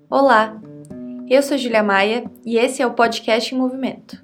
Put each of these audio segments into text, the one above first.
Olá, eu sou Júlia Maia e esse é o Podcast em Movimento.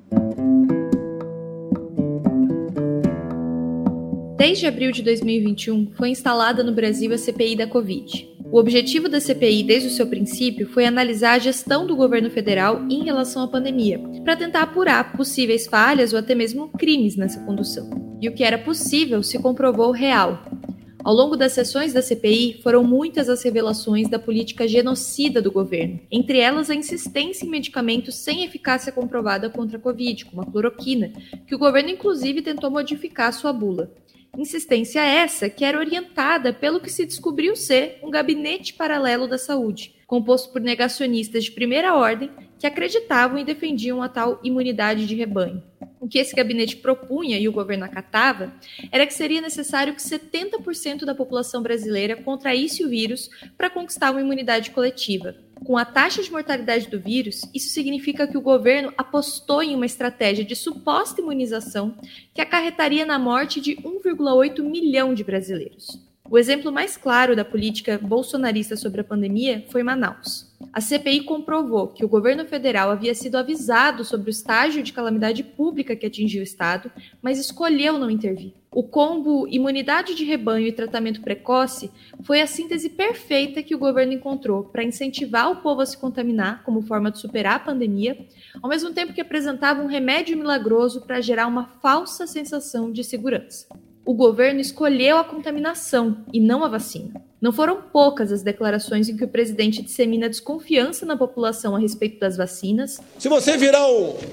Desde abril de 2021, foi instalada no Brasil a CPI da Covid. O objetivo da CPI, desde o seu princípio, foi analisar a gestão do governo federal em relação à pandemia, para tentar apurar possíveis falhas ou até mesmo crimes nessa condução. E o que era possível se comprovou real. Ao longo das sessões da CPI, foram muitas as revelações da política genocida do governo, entre elas a insistência em medicamentos sem eficácia comprovada contra a Covid, como a cloroquina, que o governo inclusive tentou modificar sua bula. Insistência essa que era orientada pelo que se descobriu ser um gabinete paralelo da saúde, composto por negacionistas de primeira ordem que acreditavam e defendiam a tal imunidade de rebanho. O que esse gabinete propunha e o governo acatava era que seria necessário que 70% da população brasileira contraísse o vírus para conquistar uma imunidade coletiva. Com a taxa de mortalidade do vírus, isso significa que o governo apostou em uma estratégia de suposta imunização que acarretaria na morte de 1,8 milhão de brasileiros. O exemplo mais claro da política bolsonarista sobre a pandemia foi Manaus. A CPI comprovou que o governo federal havia sido avisado sobre o estágio de calamidade pública que atingiu o estado, mas escolheu não intervir. O combo imunidade de rebanho e tratamento precoce foi a síntese perfeita que o governo encontrou para incentivar o povo a se contaminar como forma de superar a pandemia, ao mesmo tempo que apresentava um remédio milagroso para gerar uma falsa sensação de segurança. O governo escolheu a contaminação e não a vacina. Não foram poucas as declarações em que o presidente dissemina desconfiança na população a respeito das vacinas. Se você virar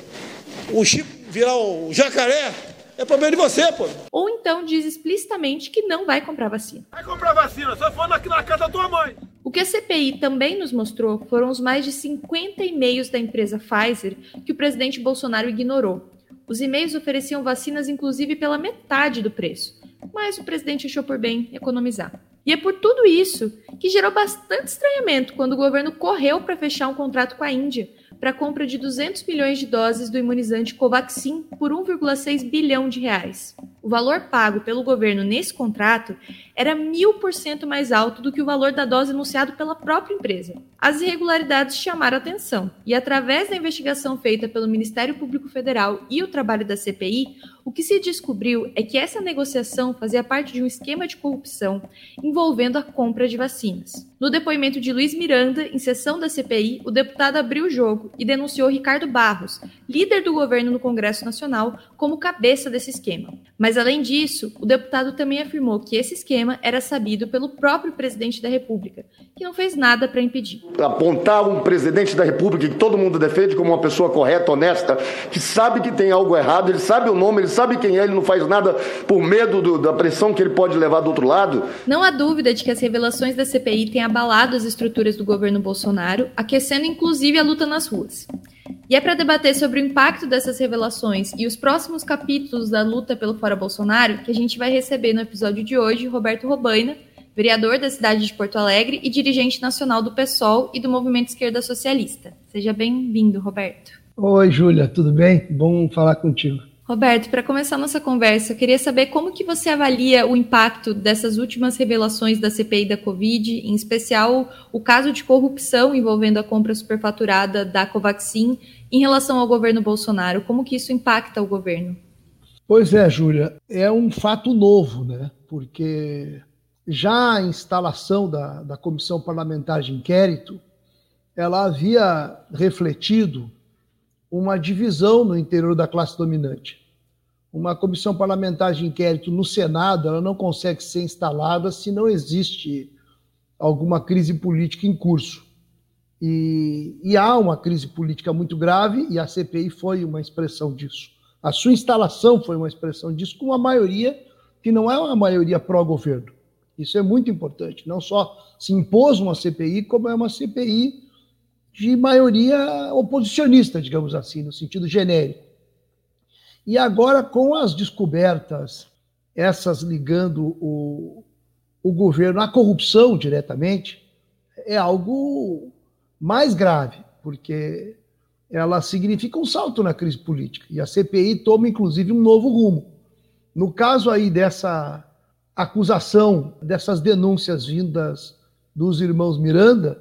o jacaré, é problema de você, pô. Ou então diz explicitamente que não vai comprar vacina. Vai comprar vacina, só for na casa da tua mãe. O que a CPI também nos mostrou foram os mais de 50 e-mails da empresa Pfizer que o presidente Bolsonaro ignorou. Os e-mails ofereciam vacinas inclusive pela metade do preço, mas o presidente achou por bem economizar. E é por tudo isso que gerou bastante estranhamento quando o governo correu para fechar um contrato com a Índia para a compra de 200 milhões de doses do imunizante Covaxin por 1,6 bilhão de reais. O valor pago pelo governo nesse contrato era 1000% mais alto do que o valor da dose anunciado pela própria empresa. As irregularidades chamaram a atenção e, através da investigação feita pelo Ministério Público Federal e o trabalho da CPI, o que se descobriu é que essa negociação fazia parte de um esquema de corrupção envolvendo a compra de vacinas. No depoimento de Luiz Miranda, em sessão da CPI, o deputado abriu o jogo e denunciou Ricardo Barros, líder do governo no Congresso Nacional, como cabeça desse esquema. Mas, além disso, o deputado também afirmou que esse esquema era sabido pelo próprio presidente da República, que não fez nada para impedir. Apontar um presidente da República que todo mundo defende como uma pessoa correta, honesta, que sabe que tem algo errado, ele sabe o nome, ele sabe quem é, ele não faz nada por medo da pressão que ele pode levar do outro lado. Não há dúvida de que as revelações da CPI têm abalado as estruturas do governo Bolsonaro, aquecendo inclusive a luta nas ruas. E é para debater sobre o impacto dessas revelações e os próximos capítulos da luta pelo Fora Bolsonaro que a gente vai receber no episódio de hoje Roberto Robaina, vereador da cidade de Porto Alegre e dirigente nacional do PSOL e do Movimento Esquerda Socialista. Seja bem-vindo, Roberto. Oi, Júlia, tudo bem? Bom falar contigo. Roberto, para começar nossa conversa, eu queria saber como que você avalia o impacto dessas últimas revelações da CPI da Covid, em especial o caso de corrupção envolvendo a compra superfaturada da Covaxin em relação ao governo Bolsonaro. Como que isso impacta o governo? Pois é, Júlia, é um fato novo, né? Porque já a instalação da Comissão Parlamentar de Inquérito, ela havia refletido uma divisão no interior da classe dominante. Uma comissão parlamentar de inquérito no Senado, ela não consegue ser instalada se não existe alguma crise política em curso. E há uma crise política muito grave e a CPI foi uma expressão disso. A sua instalação foi uma expressão disso com uma maioria que não é uma maioria pró-governo. Isso é muito importante. Não só se impôs uma CPI, como é uma CPI de maioria oposicionista, digamos assim, no sentido genérico. E agora, com as descobertas, essas ligando o governo à corrupção diretamente, é algo mais grave, porque ela significa um salto na crise política. E a CPI toma, inclusive, um novo rumo. No caso aí dessa acusação, dessas denúncias vindas dos irmãos Miranda,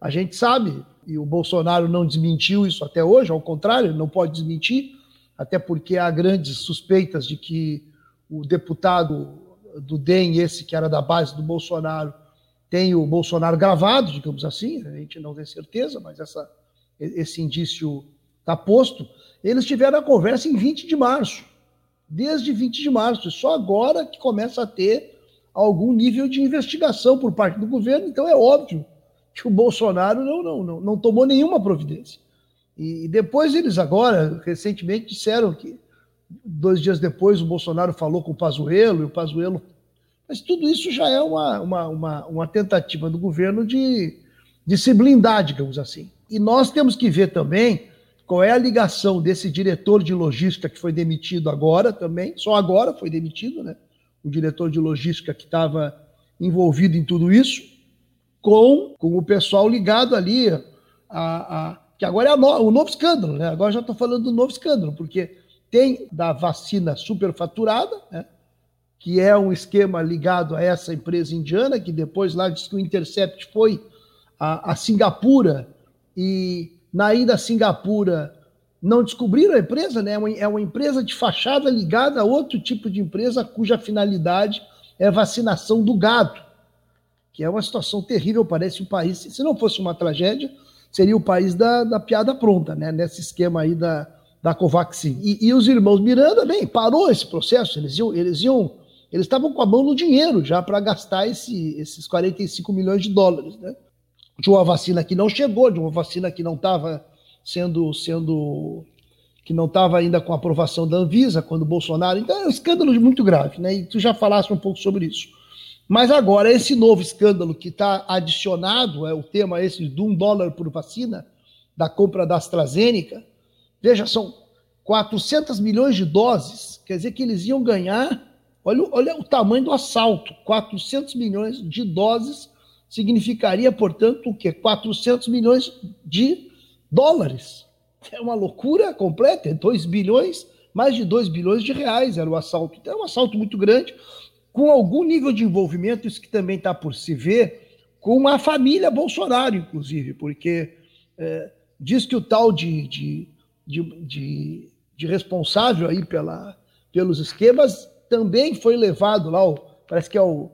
A gente sabe, e o Bolsonaro não desmentiu isso até hoje, ao contrário, ele não pode desmentir, até porque há grandes suspeitas de que o deputado do DEM, esse que era da base do Bolsonaro, tem o Bolsonaro gravado, digamos assim, a gente não tem certeza, mas esse indício está posto. Eles tiveram a conversa em 20 de março, desde 20 de março, e só agora que começa a ter algum nível de investigação por parte do governo, então é óbvio que o Bolsonaro não tomou nenhuma providência. E depois eles agora, recentemente, disseram que 2 dias depois o Bolsonaro falou com o Pazuello, e o Pazuello... Mas tudo isso já é uma tentativa do governo de se blindar, digamos assim. E nós temos que ver também qual é a ligação desse diretor de logística que foi demitido agora também, só agora foi demitido, né? O diretor de logística que estava envolvido em tudo isso, com o pessoal ligado ali, que agora é o novo escândalo, né? Agora já estou falando do novo escândalo, porque tem da vacina superfaturada, né? Que é um esquema ligado a essa empresa indiana, que depois lá diz que o Intercept foi a Singapura, e na ida a Singapura não descobriram a empresa, né? É uma empresa de fachada ligada a outro tipo de empresa cuja finalidade é vacinação do gado, que é uma situação terrível, parece um país, se não fosse uma tragédia, seria o país da piada pronta, né? Nesse esquema aí da Covaxin. E os irmãos Miranda, bem, parou esse processo, eles estavam com a mão no dinheiro já para gastar esses 45 milhões de dólares, né? De uma vacina que não chegou, de uma vacina que não estava que não estava ainda com a aprovação da Anvisa, quando o Bolsonaro... Então é um escândalo muito grave, né? E tu já falaste um pouco sobre isso. Mas agora, esse novo escândalo que está adicionado, o tema esse de $1 por vacina, da compra da AstraZeneca, veja, são 400 milhões de doses, quer dizer que eles iam ganhar... Olha o tamanho do assalto. 400 milhões de doses significaria, portanto, o quê? 400 milhões de dólares. É uma loucura completa. É 2 bilhões, mais de 2 bilhões de reais era o assalto. Então, é um assalto muito grande, com algum nível de envolvimento, isso que também está por se ver, com a família Bolsonaro, inclusive, porque diz que o tal de responsável aí pelos esquemas também foi levado lá, parece que é o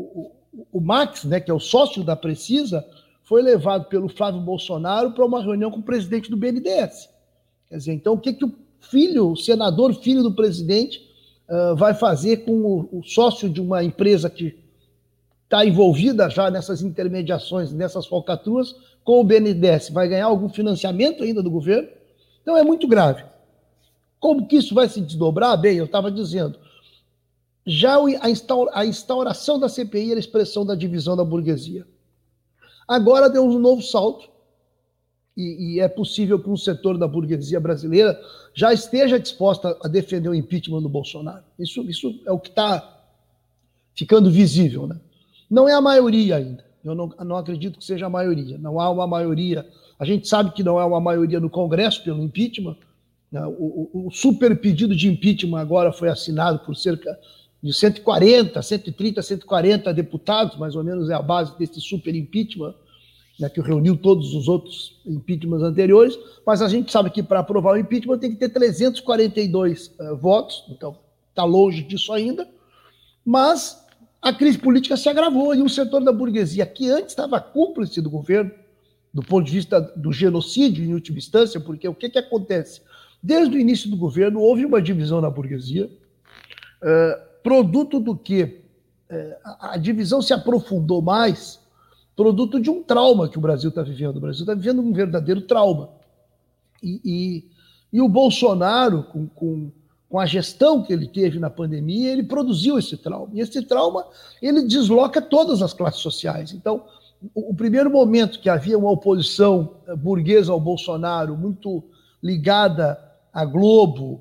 Max, né, que é o sócio da Precisa, foi levado pelo Flávio Bolsonaro para uma reunião com o presidente do BNDES. Quer dizer, então o que o senador, filho do presidente, vai fazer com o sócio de uma empresa que está envolvida já nessas intermediações, nessas falcatruas, com o BNDES? Vai ganhar algum financiamento ainda do governo? Então é muito grave. Como que isso vai se desdobrar? Bem, eu estava dizendo, já a instauração da CPI era a expressão da divisão da burguesia. Agora deu um novo salto, e é possível que um setor da burguesia brasileira já esteja disposta a defender o impeachment do Bolsonaro. Isso é o que está ficando visível, né? Não é a maioria ainda. Eu não acredito que seja a maioria. Não há uma maioria. A gente sabe que não é uma maioria no Congresso pelo impeachment. O super pedido de impeachment agora foi assinado por cerca de 130, 140 deputados, mais ou menos é a base desse super impeachment, né, que reuniu todos os outros impeachments anteriores, mas a gente sabe que para aprovar o impeachment tem que ter 342 votos, então está longe disso ainda, mas a crise política se agravou e um setor da burguesia que antes estava cúmplice do governo, do ponto de vista do genocídio em última instância, porque o que acontece? Desde o início do governo houve uma divisão na burguesia, produto do que a divisão se aprofundou mais, produto de um trauma que o Brasil está vivendo. O Brasil está vivendo um verdadeiro trauma. E o Bolsonaro, com a gestão que ele teve na pandemia, ele produziu esse trauma. E esse trauma, ele desloca todas as classes sociais. Então, o primeiro momento que havia uma oposição burguesa ao Bolsonaro, muito ligada à Globo,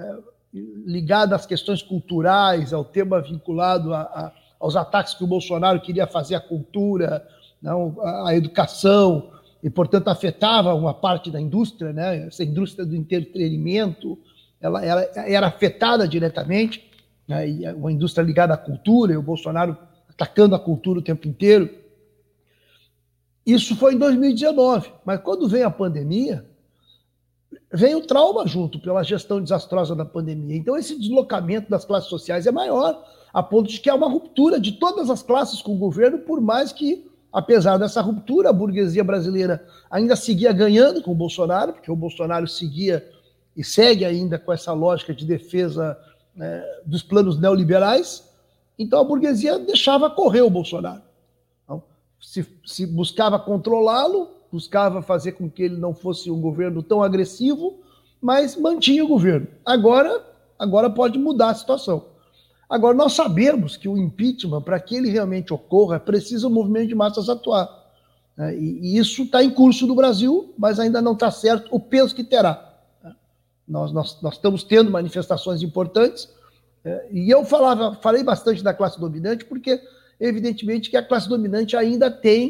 ligada às questões culturais, ao tema vinculado aos ataques que o Bolsonaro queria fazer à cultura, não, à educação, e, portanto, afetava uma parte da indústria, né? Essa indústria do entretenimento, ela era afetada diretamente, né? E uma indústria ligada à cultura, e o Bolsonaro atacando a cultura o tempo inteiro. Isso foi em 2019, mas quando vem a pandemia, vem o trauma junto pela gestão desastrosa da pandemia. Então esse deslocamento das classes sociais é maior, a ponto de que há uma ruptura de todas as classes com o governo, por mais que, apesar dessa ruptura, a burguesia brasileira ainda seguia ganhando com o Bolsonaro, porque o Bolsonaro seguia e segue ainda com essa lógica de defesa dos planos neoliberais. Então a burguesia deixava correr o Bolsonaro. Então, se buscava controlá-lo, buscava fazer com que ele não fosse um governo tão agressivo, mas mantinha o governo. Agora pode mudar a situação. Agora, nós sabemos que o impeachment, para que ele realmente ocorra, precisa o movimento de massas atuar. E isso está em curso no Brasil, mas ainda não está certo o peso que terá. Nós estamos tendo manifestações importantes, e eu falei bastante da classe dominante, porque, evidentemente, que a classe dominante ainda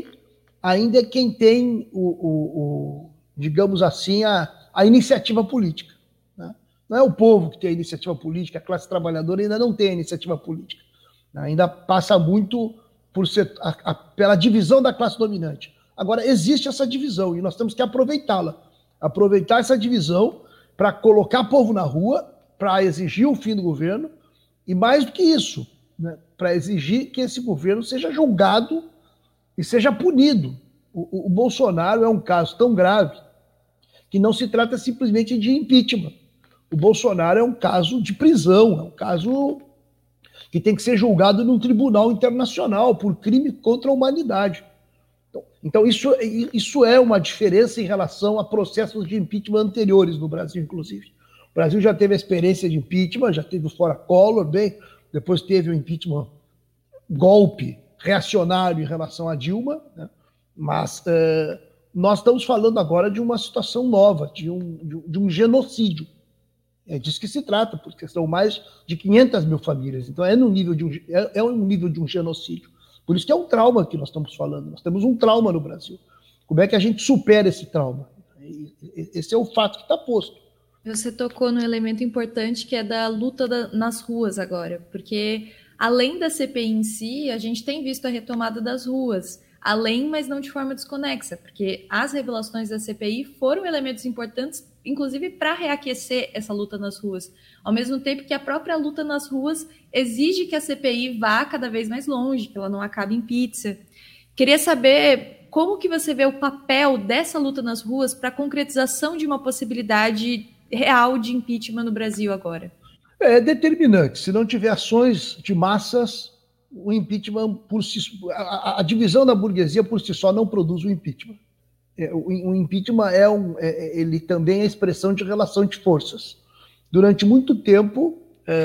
é quem tem, digamos assim, a iniciativa política. Não é o povo que tem a iniciativa política, a classe trabalhadora ainda não tem a iniciativa política. Ainda passa muito pela divisão da classe dominante. Agora, existe essa divisão e nós temos que aproveitá-la. Aproveitar essa divisão para colocar o povo na rua, para exigir o fim do governo e, mais do que isso, para exigir que esse governo seja julgado e seja punido. O Bolsonaro é um caso tão grave que não se trata simplesmente de impeachment. O Bolsonaro é um caso de prisão, é um caso que tem que ser julgado num tribunal internacional por crime contra a humanidade. Então isso é uma diferença em relação a processos de impeachment anteriores no Brasil, inclusive. O Brasil já teve a experiência de impeachment, já teve o fora Collor, depois teve o impeachment golpe reacionário em relação a Dilma, né? Mas nós estamos falando agora de uma situação nova, de um genocídio. É disso que se trata, porque são mais de 500 mil famílias. Então é um nível de um genocídio. Por isso que é um trauma que nós estamos falando. Nós temos um trauma no Brasil. Como é que a gente supera esse trauma? Esse é o fato que está posto. Você tocou num elemento importante que é da luta nas ruas agora, porque além da CPI em si, a gente tem visto a retomada das ruas. Além, mas não de forma desconexa, porque as revelações da CPI foram elementos importantes, inclusive para reaquecer essa luta nas ruas, ao mesmo tempo que a própria luta nas ruas exige que a CPI vá cada vez mais longe, que ela não acabe em pizza. Queria saber como que você vê o papel dessa luta nas ruas para a concretização de uma possibilidade real de impeachment no Brasil agora. É determinante. Se não tiver ações de massas, o impeachment a divisão da burguesia por si só não produz o impeachment. O impeachment ele também é expressão de relação de forças. Durante muito tempo,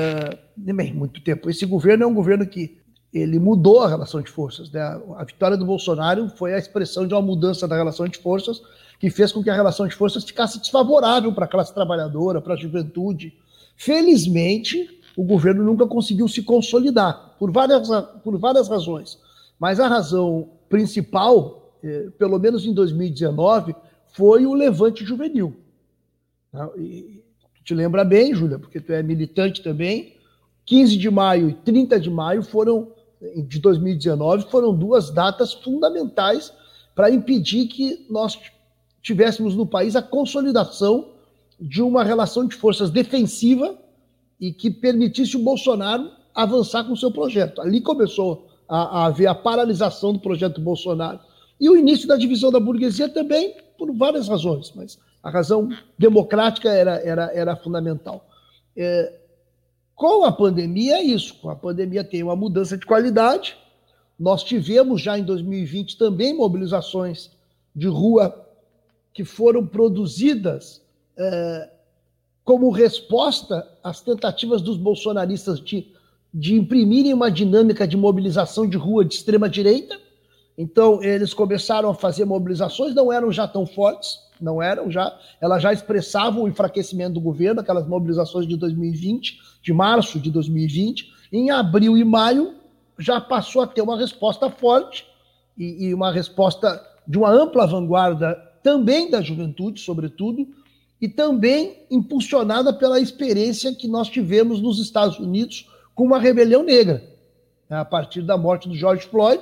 esse governo é um governo que ele mudou a relação de forças, né? A vitória do Bolsonaro foi a expressão de uma mudança da relação de forças que fez com que a relação de forças ficasse desfavorável para a classe trabalhadora, para a juventude. Felizmente, o governo nunca conseguiu se consolidar, por várias razões. Mas a razão principal, pelo menos em 2019, foi o levante juvenil. E tu te lembra bem, Júlia, porque tu é militante também, 15 de maio e 30 de maio de 2019 foram duas datas fundamentais para impedir que nós tivéssemos no país a consolidação de uma relação de forças defensiva e que permitisse o Bolsonaro avançar com o seu projeto. Ali começou a haver a paralisação do projeto Bolsonaro. E o início da divisão da burguesia também, por várias razões, mas a razão democrática era fundamental. Com a pandemia é isso. Com a pandemia tem uma mudança de qualidade. Nós tivemos já em 2020 também mobilizações de rua que foram produzidas como resposta às tentativas dos bolsonaristas de imprimirem uma dinâmica de mobilização de rua de extrema-direita. Então, eles começaram a fazer mobilizações, não eram já tão fortes, elas já expressavam o enfraquecimento do governo, aquelas mobilizações de 2020, de março de 2020. Em abril e maio, já passou a ter uma resposta forte e uma resposta de uma ampla vanguarda também da juventude, sobretudo, e também impulsionada pela experiência que nós tivemos nos Estados Unidos com uma rebelião negra. A partir da morte do George Floyd,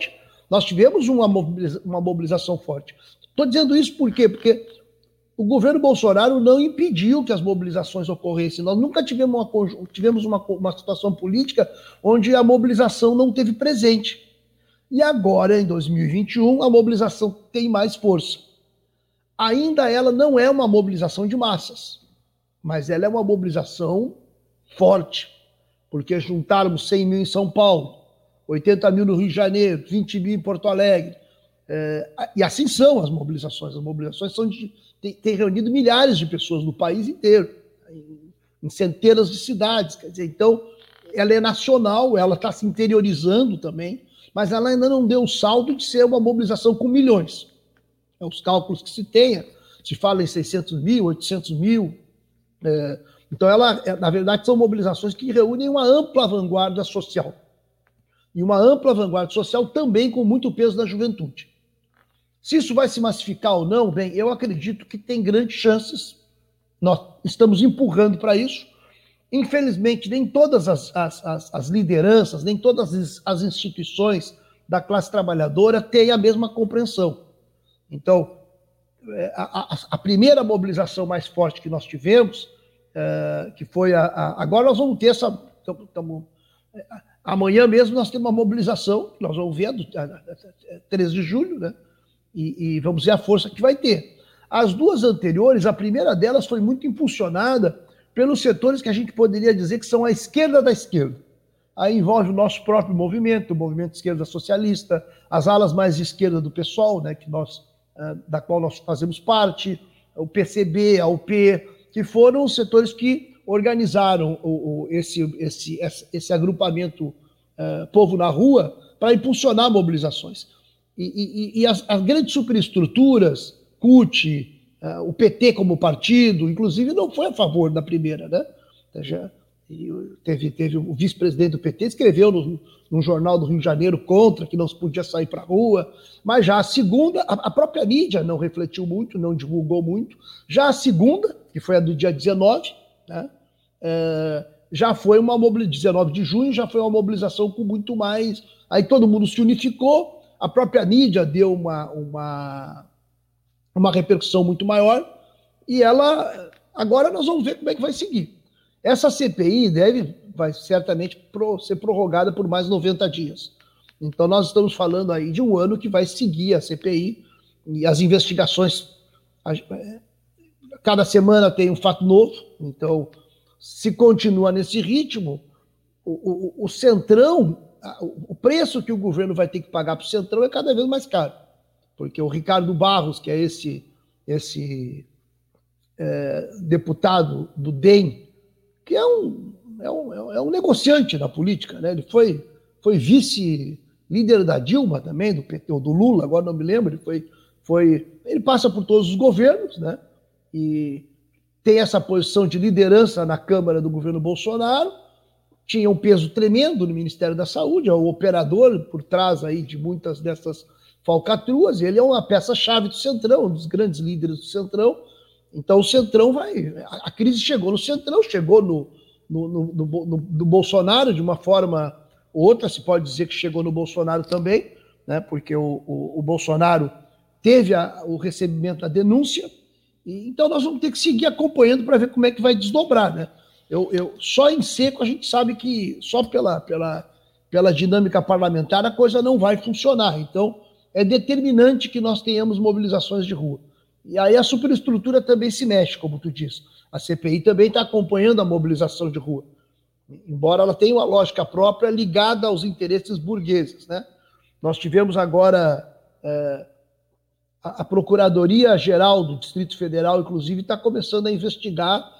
Nós tivemos uma mobilização forte. Estou dizendo isso por quê? Porque o governo Bolsonaro não impediu que as mobilizações ocorressem. Nós nunca tivemos uma situação política onde a mobilização não teve presente. E agora, em 2021, a mobilização tem mais força. Ainda ela não é uma mobilização de massas, mas ela é uma mobilização forte, porque juntarmos 100 mil em São Paulo, 80 mil no Rio de Janeiro, 20 mil em Porto Alegre, e assim são as mobilizações. As mobilizações têm reunido milhares de pessoas no país inteiro, em centenas de cidades. Quer dizer, então, ela é nacional, ela está se interiorizando também, mas ela ainda não deu o saldo de ser uma mobilização com milhões. Os cálculos que se tenha, se fala em 600 mil, 800 mil. Então, na verdade, são mobilizações que reúnem uma ampla vanguarda social. E uma ampla vanguarda social também com muito peso na juventude. Se isso vai se massificar ou não, bem, eu acredito que tem grandes chances. Nós estamos empurrando para isso. Infelizmente, nem todas as lideranças, nem todas as instituições da classe trabalhadora têm a mesma compreensão. Então, a primeira mobilização mais forte que nós tivemos, que foi agora nós vamos ter essa... Amanhã mesmo nós temos uma mobilização, nós vamos ver, 13 de julho, né? E vamos ver a força que vai ter. As duas anteriores, a primeira delas foi muito impulsionada pelos setores que a gente poderia dizer que são a esquerda da esquerda. Aí envolve o nosso próprio movimento, o movimento de esquerda socialista, as alas mais de esquerda do PSOL, né, da qual nós fazemos parte, o PCB, a UP, que foram os setores que organizaram esse agrupamento Povo na Rua para impulsionar mobilizações. E as grandes superestruturas, CUT, o PT como partido, inclusive não foi a favor da primeira, né? Teve o vice-presidente do PT, escreveu num jornal do Rio de Janeiro contra, que não se podia sair para a rua, mas já a segunda, a própria mídia não refletiu muito, não divulgou muito, já a segunda, que foi a do dia 19, né? Já foi uma mobilização, 19 de junho, já foi uma mobilização com muito mais, aí todo mundo se unificou, a própria mídia deu uma repercussão muito maior, e agora nós vamos ver como é que vai seguir. Essa CPI vai certamente ser prorrogada por mais 90 dias. Então nós estamos falando aí de um ano que vai seguir a CPI, e as investigações, cada semana tem um fato novo, então se continua nesse ritmo, o Centrão, o preço que o governo vai ter que pagar para o Centrão é cada vez mais caro, porque o Ricardo Barros, que é esse deputado do DEM, que é um negociante da política, né? Ele foi vice-líder da Dilma também, do PT, ou do Lula, agora não me lembro, ele passa por todos os governos, né? E tem essa posição de liderança na Câmara do governo Bolsonaro, tinha um peso tremendo no Ministério da Saúde, é o operador por trás aí de muitas dessas falcatruas, ele é uma peça-chave do Centrão, um dos grandes líderes do Centrão. Então o Centrão a crise chegou no Centrão, chegou no Bolsonaro de uma forma ou outra, se pode dizer que chegou no Bolsonaro também, né? Porque o Bolsonaro teve o recebimento da denúncia, então nós vamos ter que seguir acompanhando para ver como é que vai desdobrar, né? Só em seco a gente sabe que só pela dinâmica parlamentar a coisa não vai funcionar, então é determinante que nós tenhamos mobilizações de rua. E aí a superestrutura também se mexe, como tu disse. A CPI também está acompanhando a mobilização de rua, embora ela tenha uma lógica própria ligada aos interesses burgueses, né? Nós tivemos agora a Procuradoria-Geral do Distrito Federal, inclusive, está começando a investigar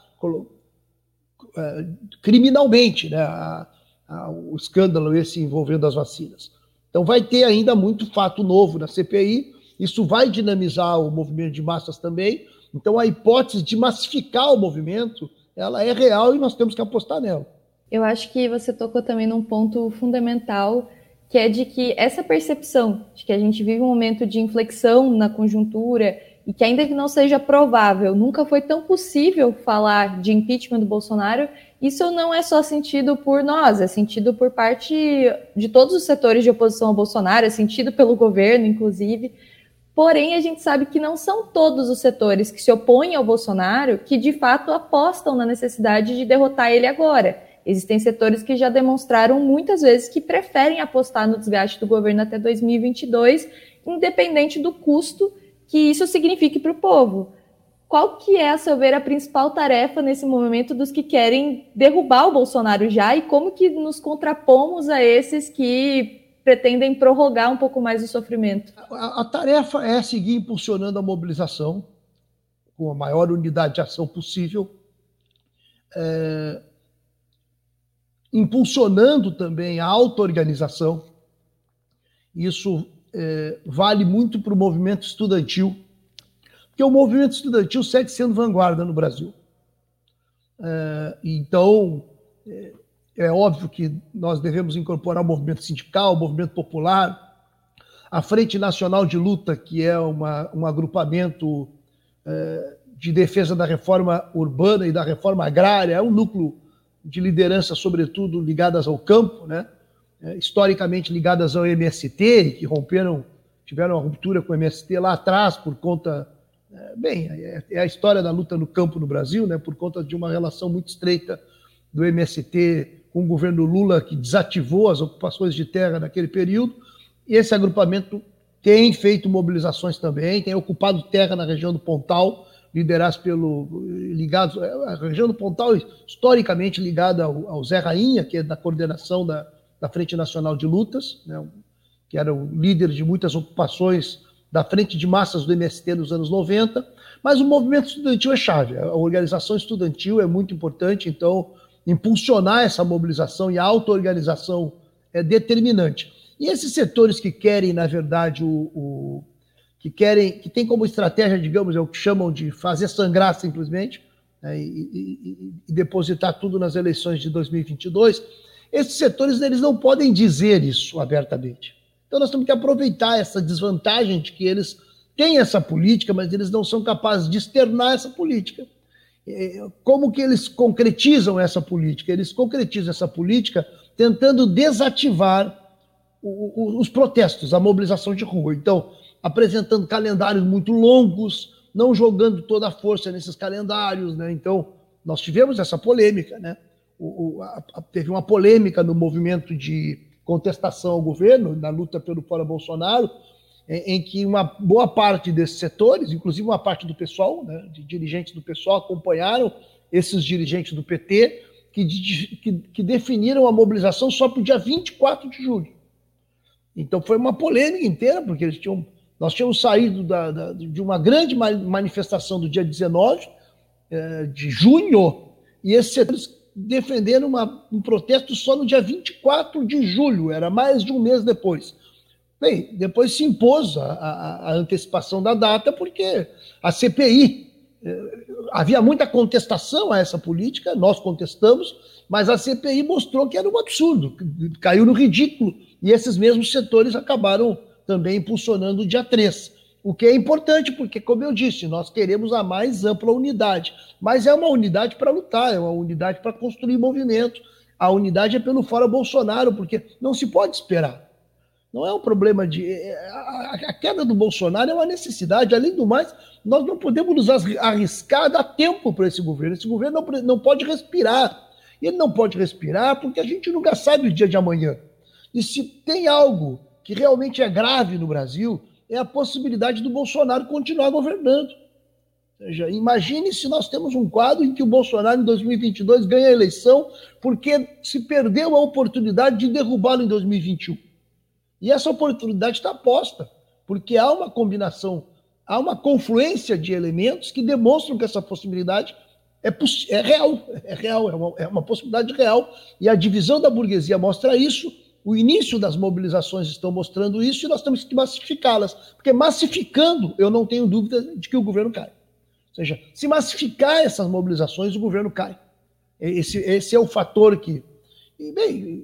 criminalmente, né, o escândalo esse envolvendo as vacinas. Então vai ter ainda muito fato novo na CPI, isso vai dinamizar o movimento de massas também, então a hipótese de massificar o movimento, ela é real e nós temos que apostar nela. Eu acho que você tocou também num ponto fundamental, que é de que essa percepção de que a gente vive um momento de inflexão na conjuntura e que ainda que não seja provável, nunca foi tão possível falar de impeachment do Bolsonaro, isso não é só sentido por nós, é sentido por parte de todos os setores de oposição ao Bolsonaro, é sentido pelo governo, inclusive. Porém, a gente sabe que não são todos os setores que se opõem ao Bolsonaro que, de fato, apostam na necessidade de derrotar ele agora. Existem setores que já demonstraram muitas vezes que preferem apostar no desgaste do governo até 2022, independente do custo que isso signifique para o povo. Qual que é, a seu ver, a principal tarefa nesse momento dos que querem derrubar o Bolsonaro já e como que nos contrapomos a esses que pretendem prorrogar um pouco mais o sofrimento? A tarefa é seguir impulsionando a mobilização com a maior unidade de ação possível, impulsionando também a auto-organização. Isso vale muito para o movimento estudantil, porque o movimento estudantil segue sendo vanguarda no Brasil. Então, é óbvio que nós devemos incorporar o movimento sindical, o movimento popular, a Frente Nacional de Luta, que é um agrupamento de defesa da reforma urbana e da reforma agrária, é um núcleo de liderança, sobretudo, ligadas ao campo, né? Historicamente ligadas ao MST, que tiveram uma ruptura com o MST lá atrás por conta... é a história da luta no campo no Brasil, né? Por conta de uma relação muito estreita do MST com o governo Lula, que desativou as ocupações de terra naquele período, e esse agrupamento tem feito mobilizações também, tem ocupado terra na região do Pontal, a região do Pontal historicamente ligada ao Zé Rainha, que é da coordenação da Frente Nacional de Lutas, né, que era o líder de muitas ocupações da Frente de Massas do MST nos anos 90, mas o movimento estudantil é chave, a organização estudantil é muito importante, então impulsionar essa mobilização e a auto-organização é determinante. E esses setores que querem, na verdade, que tem como estratégia, digamos, é o que chamam de fazer sangrar simplesmente, né, e depositar tudo nas eleições de 2022, esses setores eles não podem dizer isso abertamente. Então nós temos que aproveitar essa desvantagem de que eles têm essa política, mas eles não são capazes de externar essa política. Como que eles concretizam essa política? Eles concretizam essa política tentando desativar os protestos, a mobilização de rua. Então, apresentando calendários muito longos, não jogando toda a força nesses calendários, né? Então, nós tivemos essa polêmica, né? Teve uma polêmica no movimento de contestação ao governo, na luta pelo Fora Bolsonaro, em que uma boa parte desses setores, inclusive uma parte do PSOL, né, de dirigentes do PSOL, acompanharam esses dirigentes do PT, que definiram a mobilização só para o dia 24 de julho. Então foi uma polêmica inteira, porque nós tínhamos saído de uma grande manifestação do dia 19 de junho, e esses setores defenderam um protesto só no dia 24 de julho, era mais de um mês depois. Bem, depois se impôs a antecipação da data, porque a CPI, havia muita contestação a essa política, nós contestamos, mas a CPI mostrou que era um absurdo, caiu no ridículo, e esses mesmos setores acabaram também impulsionando o dia 3, o que é importante, porque, como eu disse, nós queremos a mais ampla unidade, mas é uma unidade para lutar, é uma unidade para construir movimento, a unidade é pelo Fora Bolsonaro, porque não se pode esperar. Não é um problema a queda do Bolsonaro é uma necessidade. Além do mais, nós não podemos nos arriscar a dar tempo para esse governo. Esse governo não pode respirar. E ele não pode respirar porque a gente nunca sabe o dia de amanhã. E se tem algo que realmente é grave no Brasil, é a possibilidade do Bolsonaro continuar governando. Ou seja, imagine se nós temos um quadro em que o Bolsonaro, em 2022, ganha a eleição porque se perdeu a oportunidade de derrubá-lo em 2021. E essa oportunidade está posta, porque há uma combinação, há uma confluência de elementos que demonstram que essa possibilidade é real, é uma possibilidade real, e a divisão da burguesia mostra isso, o início das mobilizações estão mostrando isso, e nós temos que massificá-las, porque massificando, eu não tenho dúvida de que o governo cai. Ou seja, se massificar essas mobilizações, o governo cai. Esse é o fator que... E, bem,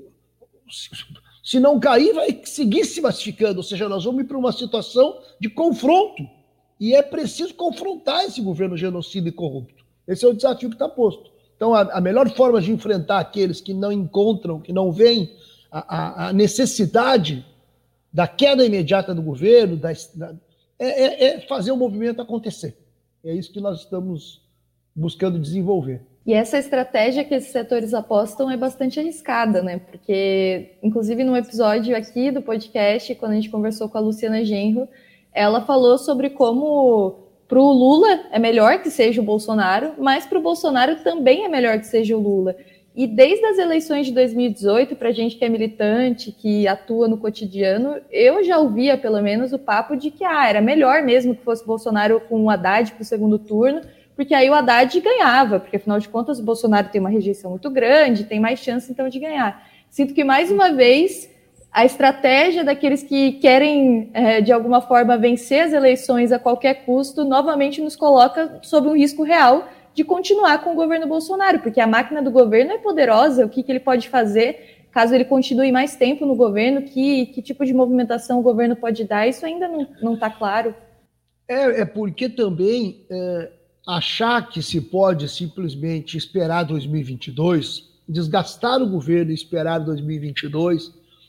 se não cair, vai seguir se massificando, ou seja, nós vamos ir para uma situação de confronto E é preciso confrontar esse governo genocida e corrupto. Esse é o desafio que está posto. Então, a melhor forma de enfrentar aqueles que não encontram, que não veem a necessidade da queda imediata do governo, é fazer o movimento acontecer. É isso que nós estamos buscando desenvolver. E essa estratégia que esses setores apostam é bastante arriscada, né? Porque, inclusive, no episódio aqui do podcast, quando a gente conversou com a Luciana Genro, ela falou sobre como para o Lula é melhor que seja o Bolsonaro, mas para o Bolsonaro também é melhor que seja o Lula. E desde as eleições de 2018, para a gente que é militante, que atua no cotidiano, eu já ouvia, pelo menos, o papo de que era melhor mesmo que fosse Bolsonaro com o Haddad para o segundo turno, porque aí o Haddad ganhava, porque afinal de contas o Bolsonaro tem uma rejeição muito grande, tem mais chance então de ganhar. Sinto que mais uma vez a estratégia daqueles que querem de alguma forma vencer as eleições a qualquer custo novamente nos coloca sob um risco real de continuar com o governo Bolsonaro, porque a máquina do governo é poderosa, o que ele pode fazer caso ele continue mais tempo no governo, que tipo de movimentação o governo pode dar, isso ainda não está claro. É porque também achar que se pode simplesmente esperar 2022, desgastar o governo e esperar 2022,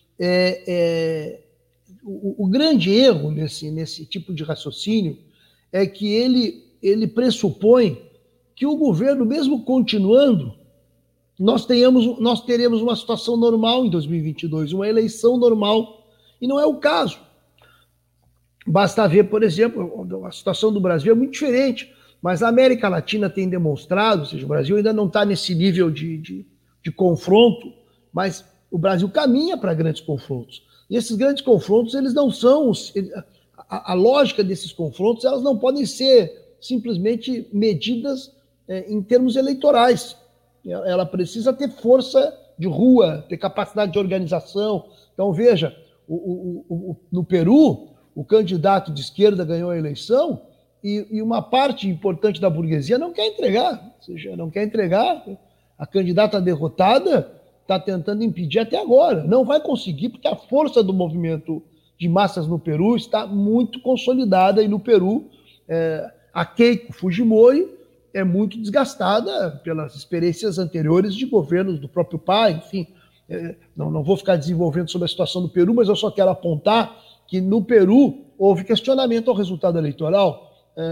o grande erro nesse tipo de raciocínio é que ele pressupõe que o governo, mesmo continuando, nós teremos uma situação normal em 2022, uma eleição normal, e não é o caso. Basta ver, por exemplo, a situação do Brasil é muito diferente, mas a América Latina tem demonstrado, ou seja, o Brasil ainda não está nesse nível de confronto, mas o Brasil caminha para grandes confrontos. E esses grandes confrontos, eles não são... A lógica desses confrontos, elas não podem ser simplesmente medidas em termos eleitorais. Ela precisa ter força de rua, ter capacidade de organização. Então, veja, no Peru, o candidato de esquerda ganhou a eleição e uma parte importante da burguesia não quer entregar. Ou seja, não quer entregar. A candidata derrotada está tentando impedir até agora. Não vai conseguir, porque a força do movimento de massas no Peru está muito consolidada, e no Peru a Keiko Fujimori é muito desgastada pelas experiências anteriores de governos do próprio pai, enfim. Não vou ficar desenvolvendo sobre a situação do Peru, mas eu só quero apontar que no Peru houve questionamento ao resultado eleitoral.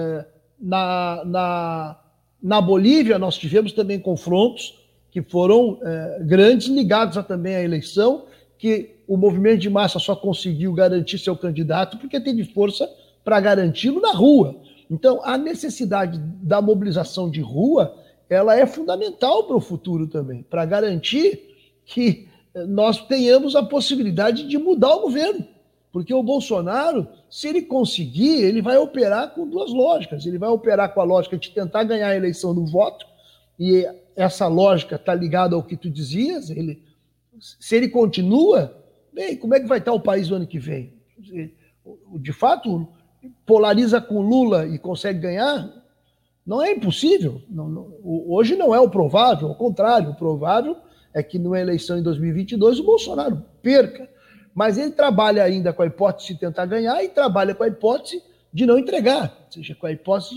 Na Bolívia nós tivemos também confrontos que foram grandes, ligados também à eleição, que o movimento de massa só conseguiu garantir seu candidato porque teve força para garanti-lo na rua. Então, a necessidade da mobilização de rua, ela é fundamental para o futuro também, para garantir que nós tenhamos a possibilidade de mudar o governo. Porque o Bolsonaro, se ele conseguir, ele vai operar com duas lógicas. Ele vai operar com a lógica de tentar ganhar a eleição no voto, e essa lógica está ligada ao que tu dizias. Se ele continua, bem, como é que vai estar o país no ano que vem? De fato, polariza com Lula e consegue ganhar? Não é impossível. Hoje não é o provável, ao contrário, o provável é que numa eleição em 2022 o Bolsonaro perca. Mas ele trabalha ainda com a hipótese de tentar ganhar e trabalha com a hipótese de não entregar, ou seja, com a hipótese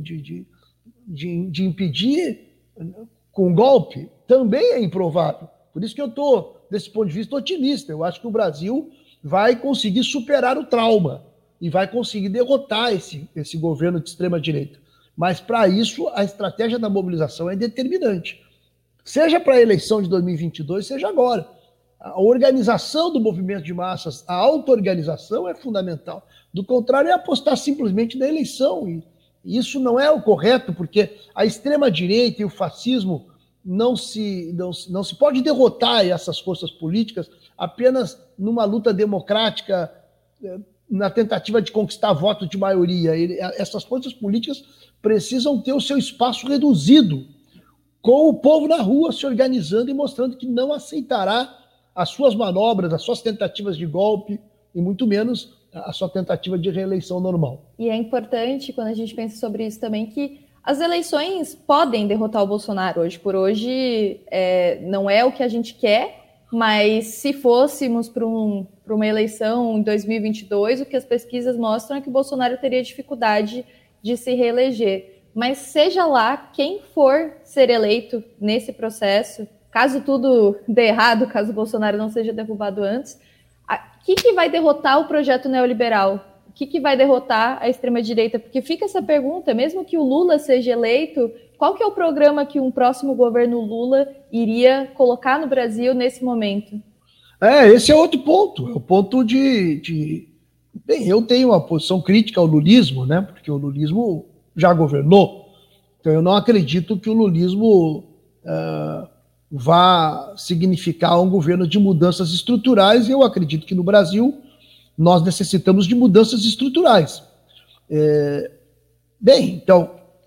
de impedir com golpe. Também é improvável. Por isso que eu estou, desse ponto de vista, otimista. Eu acho que o Brasil vai conseguir superar o trauma e vai conseguir derrotar esse governo de extrema-direita. Mas, para isso, a estratégia da mobilização é determinante. Seja para a eleição de 2022, seja agora. A organização do movimento de massas, a auto-organização é fundamental. Do contrário, é apostar simplesmente na eleição. E isso não é o correto, porque a extrema-direita e o fascismo não se pode derrotar essas forças políticas apenas numa luta democrática, na tentativa de conquistar votos de maioria. Essas forças políticas precisam ter o seu espaço reduzido, com o povo na rua se organizando e mostrando que não aceitará as suas manobras, as suas tentativas de golpe, e muito menos a sua tentativa de reeleição normal. E é importante, quando a gente pensa sobre isso também, que as eleições podem derrotar o Bolsonaro. Hoje por hoje não é o que a gente quer, Mas se fôssemos para uma eleição em 2022, o que as pesquisas mostram é que o Bolsonaro teria dificuldade de se reeleger. Mas seja lá quem for ser eleito nesse processo, caso tudo dê errado, caso o Bolsonaro não seja derrubado antes, o que vai derrotar o projeto neoliberal? O que vai derrotar a extrema-direita? Porque fica essa pergunta, mesmo que o Lula seja eleito, qual que é o programa que um próximo governo Lula iria colocar no Brasil nesse momento? Esse é outro ponto. É o ponto Bem, eu tenho uma posição crítica ao lulismo, né? Porque o lulismo já governou. Então eu não acredito que o lulismo vá significar um governo de mudanças estruturais. Eu acredito que no Brasil nós necessitamos de mudanças estruturais. Bem, então,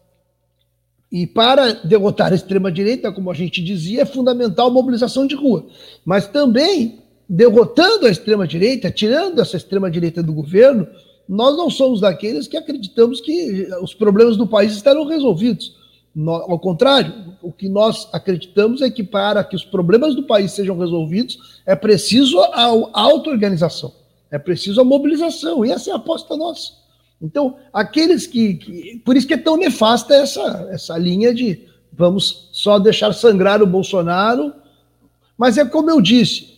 e para derrotar a extrema-direita, como a gente dizia, é fundamental a mobilização de rua. Mas também, derrotando a extrema-direita, tirando essa extrema-direita do governo, nós não somos daqueles que acreditamos que os problemas do país estarão resolvidos. Ao contrário, o que nós acreditamos é que para que os problemas do país sejam resolvidos, é preciso a auto-organização, é preciso a mobilização, e essa é a aposta nossa. Então, aqueles por isso que é tão nefasta essa linha de vamos só deixar sangrar o Bolsonaro, mas é como eu disse,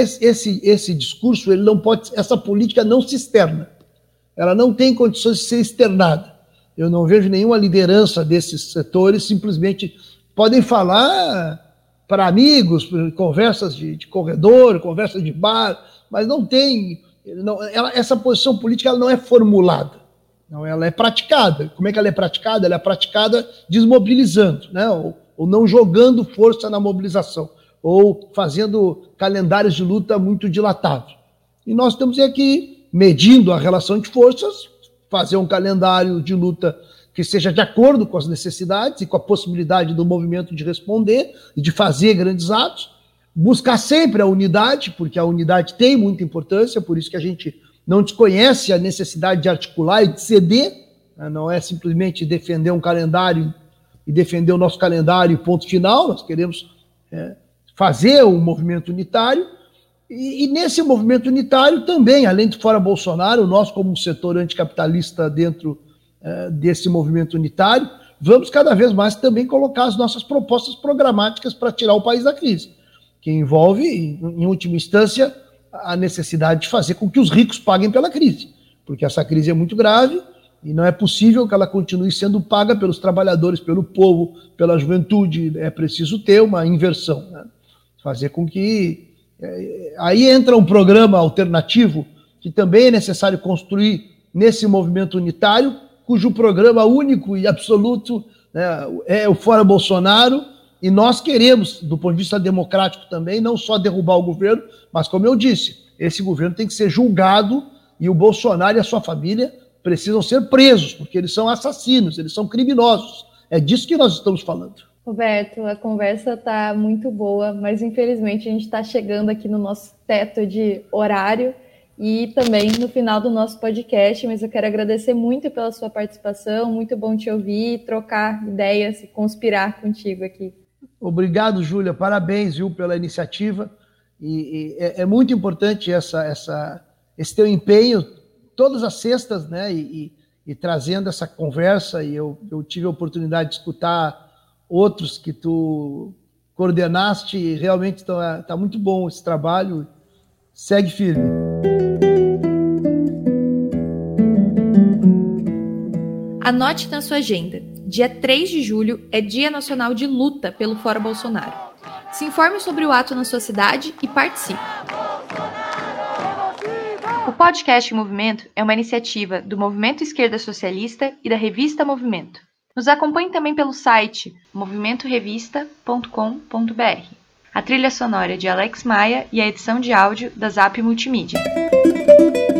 esse discurso, ele não pode, essa política não se externa, ela não tem condições de ser externada. Eu não vejo nenhuma liderança desses setores, simplesmente podem falar para amigos, conversas de corredor, conversas de bar, mas não tem, essa posição política ela não é formulada, não, ela é praticada. Como é que ela é praticada? Ela é praticada desmobilizando, né? Ou não jogando força na mobilização, ou fazendo calendários de luta muito dilatados. E nós estamos aqui medindo a relação de forças, fazer um calendário de luta que seja de acordo com as necessidades e com a possibilidade do movimento de responder e de fazer grandes atos, buscar sempre a unidade, porque a unidade tem muita importância, por isso que a gente não desconhece a necessidade de articular e de ceder, né? Não é simplesmente defender um calendário e defender o nosso calendário ponto final, nós queremos fazer um movimento unitário, e nesse movimento unitário também, além de fora Bolsonaro, nós como um setor anticapitalista dentro desse movimento unitário, vamos cada vez mais também colocar as nossas propostas programáticas para tirar o país da crise, que envolve, em última instância, a necessidade de fazer com que os ricos paguem pela crise, porque essa crise é muito grave e não é possível que ela continue sendo paga pelos trabalhadores, pelo povo, pela juventude. É preciso ter uma inversão, né? Fazer com que... Aí entra um programa alternativo que também é necessário construir nesse movimento unitário, cujo programa único e absoluto, né, é o Fora Bolsonaro, e nós queremos, do ponto de vista democrático também, não só derrubar o governo, mas, como eu disse, esse governo tem que ser julgado e o Bolsonaro e a sua família precisam ser presos, porque eles são assassinos, eles são criminosos. É disso que nós estamos falando. Roberto, a conversa está muito boa, mas infelizmente a gente está chegando aqui no nosso teto de horário e também no final do nosso podcast, mas eu quero agradecer muito pela sua participação, muito bom te ouvir, trocar ideias e conspirar contigo aqui. Obrigado, Júlia, parabéns, viu, pela iniciativa, e é muito importante esse teu empenho, todas as sextas, né, e trazendo essa conversa, e eu tive a oportunidade de escutar outros que tu coordenaste, e realmente tá muito bom esse trabalho, segue firme. Anote na sua agenda, dia 3 de julho é Dia Nacional de Luta pelo Fora Bolsonaro. Se informe sobre o ato na sua cidade e participe. O podcast Movimento é uma iniciativa do Movimento Esquerda Socialista e da revista Movimento. Nos acompanhe também pelo site movimentorevista.com.br. A trilha sonora é de Alex Maia e a edição de áudio da Zap Multimídia.